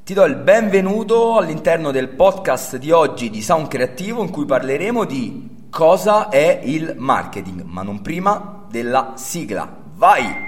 Ti do il benvenuto all'interno del podcast di oggi di Sound Creativo, in cui parleremo di cosa è il marketing, ma non prima della sigla. Vai!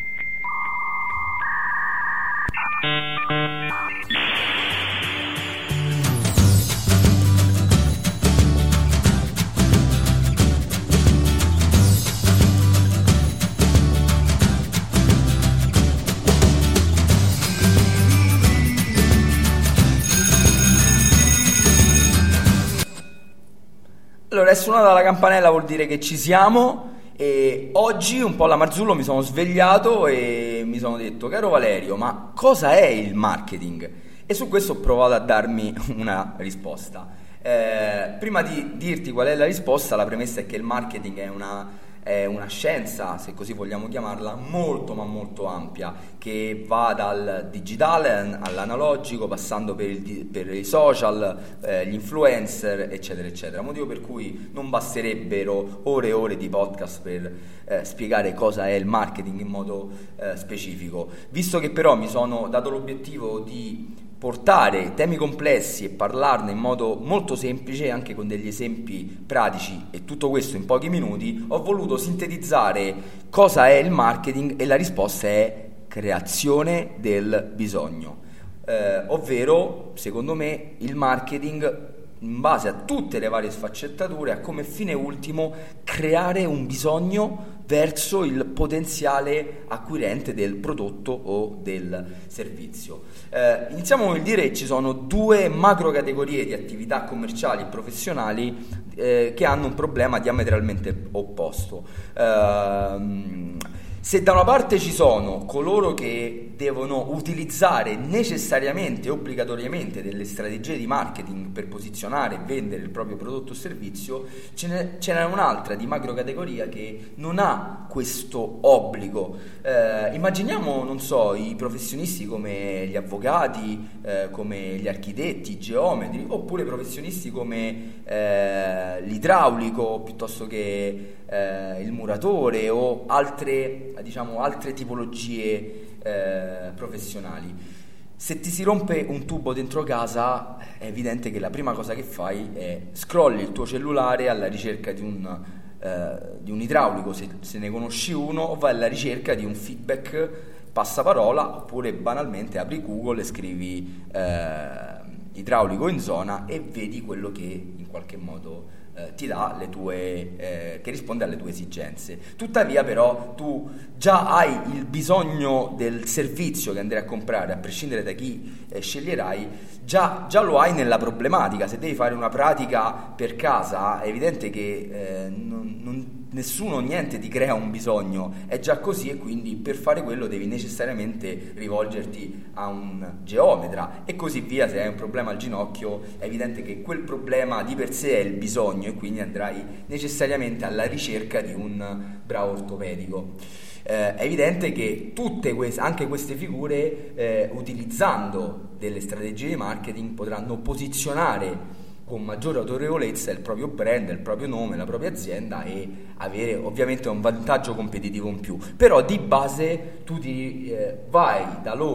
Allora, è suonata la campanella, vuol dire che ci siamo. E oggi un po' alla Marzullo mi sono svegliato e mi sono detto: caro Valerio, ma cosa è il marketing? E su questo ho provato a darmi una risposta. Prima di dirti qual è la risposta, la premessa è che il marketing è una scienza, se così vogliamo chiamarla, molto ma molto ampia, che va dal digitale all'analogico, passando per i social, gli influencer, eccetera eccetera, motivo per cui non basterebbero ore e ore di podcast per spiegare cosa è il marketing in modo specifico. Visto che però mi sono dato l'obiettivo di portare temi complessi e parlarne in modo molto semplice, anche con degli esempi pratici, e tutto questo in pochi minuti, ho voluto sintetizzare cosa è il marketing, e la risposta è creazione del bisogno. Ovvero, secondo me, il marketing, in base a tutte le varie sfaccettature, ha come fine ultimo creare un bisogno verso il potenziale acquirente del prodotto o del servizio. Iniziamo con il dire che ci sono due macro categorie di attività commerciali e professionali che hanno un problema diametralmente opposto. Se da una parte ci sono coloro che devono utilizzare necessariamente e obbligatoriamente delle strategie di marketing per posizionare e vendere il proprio prodotto o servizio, ce n'è un'altra di macro categoria che non ha questo obbligo. Immaginiamo, non so, i professionisti come gli avvocati, come gli architetti, i geometri, oppure professionisti come l'idraulico, piuttosto che il muratore, o altre tipologie professionali. Se ti si rompe un tubo dentro casa, è evidente che la prima cosa che fai è scrolli il tuo cellulare alla ricerca di un idraulico, se ne conosci uno, o vai alla ricerca di un feedback passaparola, oppure banalmente apri Google e scrivi idraulico in zona e vedi quello che in qualche modo ti dà che risponde alle tue esigenze. Tuttavia però tu già hai il bisogno del servizio che andrai a comprare, a prescindere da chi sceglierai, già lo hai nella problematica. Se devi fare una pratica per casa, è evidente che nessuno, niente ti crea un bisogno, è già così, e quindi per fare quello devi necessariamente rivolgerti a un geometra e così via. Se hai un problema al ginocchio, è evidente che quel problema di per sé è il bisogno, e quindi andrai necessariamente alla ricerca di un bravo ortopedico. È evidente che anche queste figure, utilizzando delle strategie di marketing, potranno posizionare con maggiore autorevolezza il proprio brand, il proprio nome, la propria azienda, e avere ovviamente un vantaggio competitivo in più. Però di base tu vai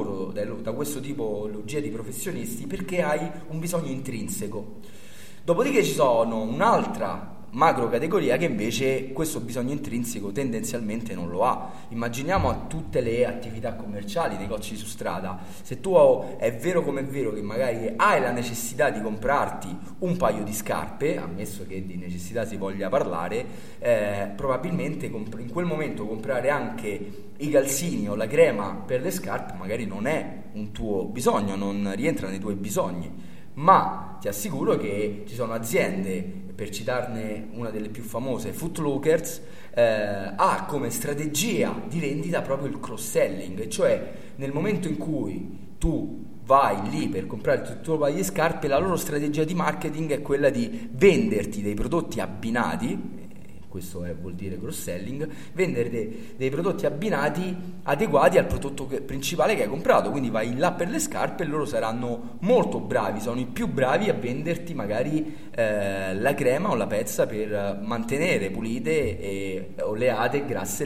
da questo tipologia di professionisti perché hai un bisogno intrinseco. Dopodiché ci sono un'altra macro categoria che invece questo bisogno intrinseco tendenzialmente non lo ha. Immaginiamo a tutte le attività commerciali, negozi su strada. Se tu è vero come è vero che magari hai la necessità di comprarti un paio di scarpe, ammesso che di necessità si voglia parlare, probabilmente in quel momento comprare anche i calzini o la crema per le scarpe magari non è un tuo bisogno, non rientra nei tuoi bisogni. Ma ti assicuro che ci sono aziende, per citarne una delle più famose, Foot Lockers, ha come strategia di vendita proprio il cross-selling, cioè nel momento in cui tu vai lì per comprare il tuo paio di scarpe, la loro strategia di marketing è quella di venderti dei prodotti abbinati. Questo vuol dire cross-selling, vendere dei prodotti abbinati adeguati al prodotto principale che hai comprato. Quindi vai là per le scarpe e loro saranno molto bravi, sono i più bravi a venderti magari la crema o la pezza per mantenere pulite e oleate e grasse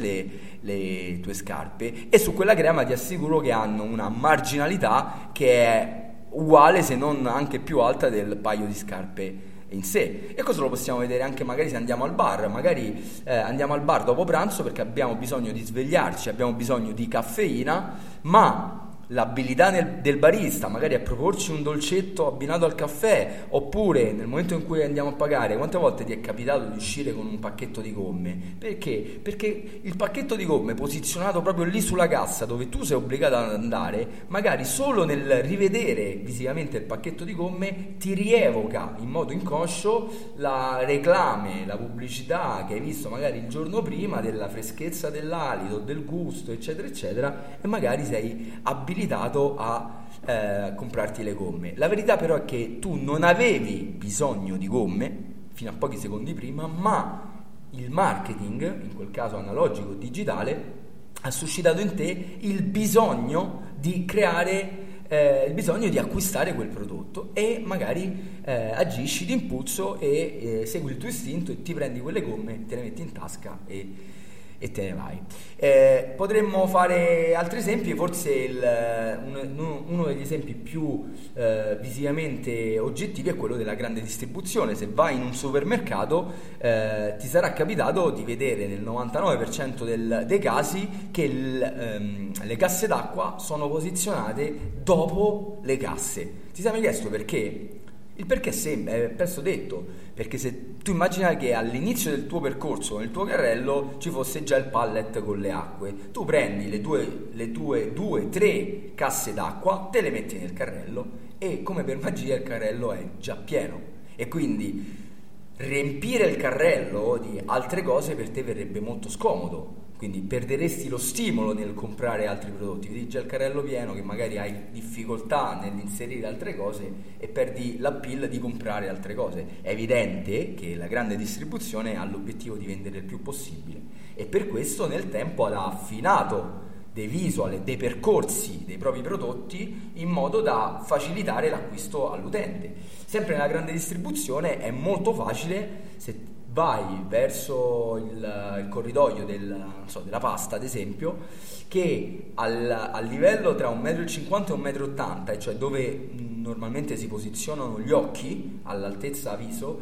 le tue scarpe, e su quella crema ti assicuro che hanno una marginalità che è uguale se non anche più alta del paio di scarpe in sé. E questo lo possiamo vedere anche magari se andiamo al bar, andiamo al bar dopo pranzo perché abbiamo bisogno di svegliarci, abbiamo bisogno di caffeina, ma l'abilità del barista magari a proporci un dolcetto abbinato al caffè, oppure nel momento in cui andiamo a pagare, quante volte ti è capitato di uscire con un pacchetto di gomme? Perché? Perché il pacchetto di gomme posizionato proprio lì sulla cassa dove tu sei obbligato ad andare, magari solo nel rivedere visivamente il pacchetto di gomme ti rievoca in modo inconscio la reclame, la pubblicità che hai visto magari il giorno prima della freschezza dell'alito, del gusto, eccetera eccetera, e magari sei abilitato a comprarti le gomme. La verità però è che tu non avevi bisogno di gomme fino a pochi secondi prima, ma il marketing, in quel caso analogico digitale, ha suscitato in te il bisogno di creare il bisogno di acquistare quel prodotto, e magari agisci d'impulso e segui il tuo istinto e ti prendi quelle gomme, te le metti in tasca e te ne vai. Potremmo fare altri esempi, forse uno degli esempi più visivamente oggettivi è quello della grande distribuzione. Se vai in un supermercato ti sarà capitato di vedere nel 99% dei casi che le casse d'acqua sono posizionate dopo le casse. Ti sei mai chiesto perché? Il perché è spesso detto, perché se tu immagina che all'inizio del tuo percorso nel tuo carrello ci fosse già il pallet con le acque, tu prendi le tue 3 casse d'acqua, te le metti nel carrello e come per magia il carrello è già pieno, e quindi riempire il carrello di altre cose per te verrebbe molto scomodo. Quindi perderesti lo stimolo nel comprare altri prodotti, vedi già il carrello pieno che magari hai difficoltà nell'inserire altre cose e perdi l'appeal di comprare altre cose. È evidente che la grande distribuzione ha l'obiettivo di vendere il più possibile e per questo nel tempo ha affinato dei visual e dei percorsi dei propri prodotti in modo da facilitare l'acquisto all'utente. Sempre nella grande distribuzione è molto facile, se vai verso il corridoio della pasta ad esempio, che al livello tra 1,50 m e 1,80 m, cioè dove normalmente si posizionano gli occhi all'altezza viso,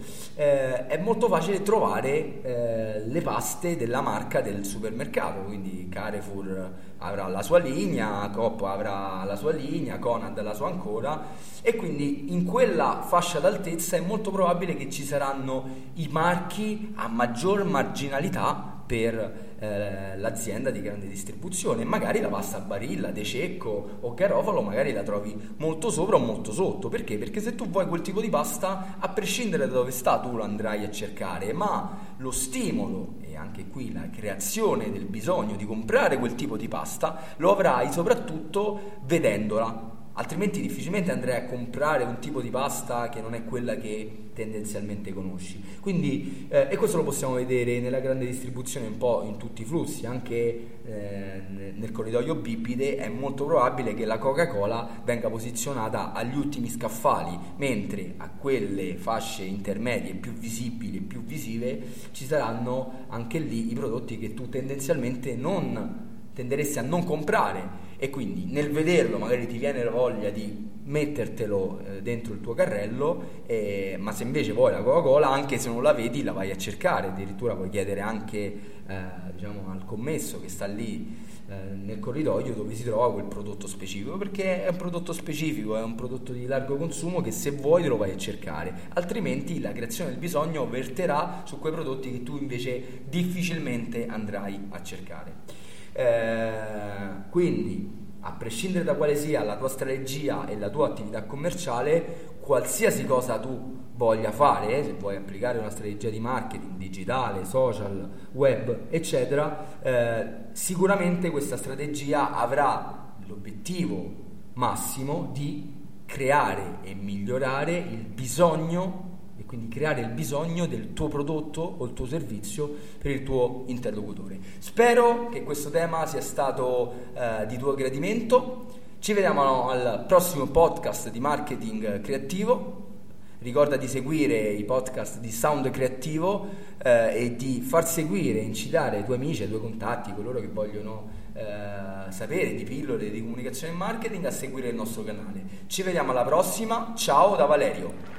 è molto facile trovare le paste della marca del supermercato. Quindi Carrefour avrà la sua linea, Coop avrà la sua linea, Conad la sua ancora, e quindi in quella fascia d'altezza è molto probabile che ci saranno i marchi a maggior marginalità per l'azienda di grande distribuzione. Magari la pasta Barilla, De Cecco o Garofalo magari la trovi molto sopra o molto sotto. Perché? Perché se tu vuoi quel tipo di pasta, a prescindere da dove sta, tu lo andrai a cercare, ma lo stimolo e anche qui la creazione del bisogno di comprare quel tipo di pasta lo avrai soprattutto vedendola. Altrimenti difficilmente andrai a comprare un tipo di pasta che non è quella che tendenzialmente conosci. Quindi, e questo lo possiamo vedere nella grande distribuzione un po' in tutti i flussi, anche nel corridoio bibite è molto probabile che la Coca-Cola venga posizionata agli ultimi scaffali, mentre a quelle fasce intermedie più visibili e più visive ci saranno anche lì i prodotti che tu tendenzialmente tenderesti a non comprare, e quindi nel vederlo magari ti viene la voglia di mettertelo dentro il tuo carrello, ma se invece vuoi la Coca-Cola, anche se non la vedi, la vai a cercare, addirittura puoi chiedere anche al commesso che sta lì nel corridoio dove si trova quel prodotto specifico, perché è un prodotto specifico, è un prodotto di largo consumo che se vuoi te lo vai a cercare, altrimenti la creazione del bisogno verterà su quei prodotti che tu invece difficilmente andrai a cercare. Quindi, a prescindere da quale sia la tua strategia e la tua attività commerciale, qualsiasi cosa tu voglia fare, se vuoi applicare una strategia di marketing digitale, social, web, eccetera, sicuramente questa strategia avrà l'obiettivo massimo di creare e migliorare il bisogno, e quindi creare il bisogno del tuo prodotto o il tuo servizio per il tuo interlocutore. Spero che questo tema sia stato di tuo gradimento. Ci vediamo al prossimo podcast di marketing creativo. Ricorda di seguire i podcast di Sound Creativo e di far seguire, incitare i tuoi amici, i tuoi contatti, coloro che vogliono sapere di pillole di comunicazione e marketing, a seguire il nostro canale. Ci vediamo alla prossima, ciao da Valerio.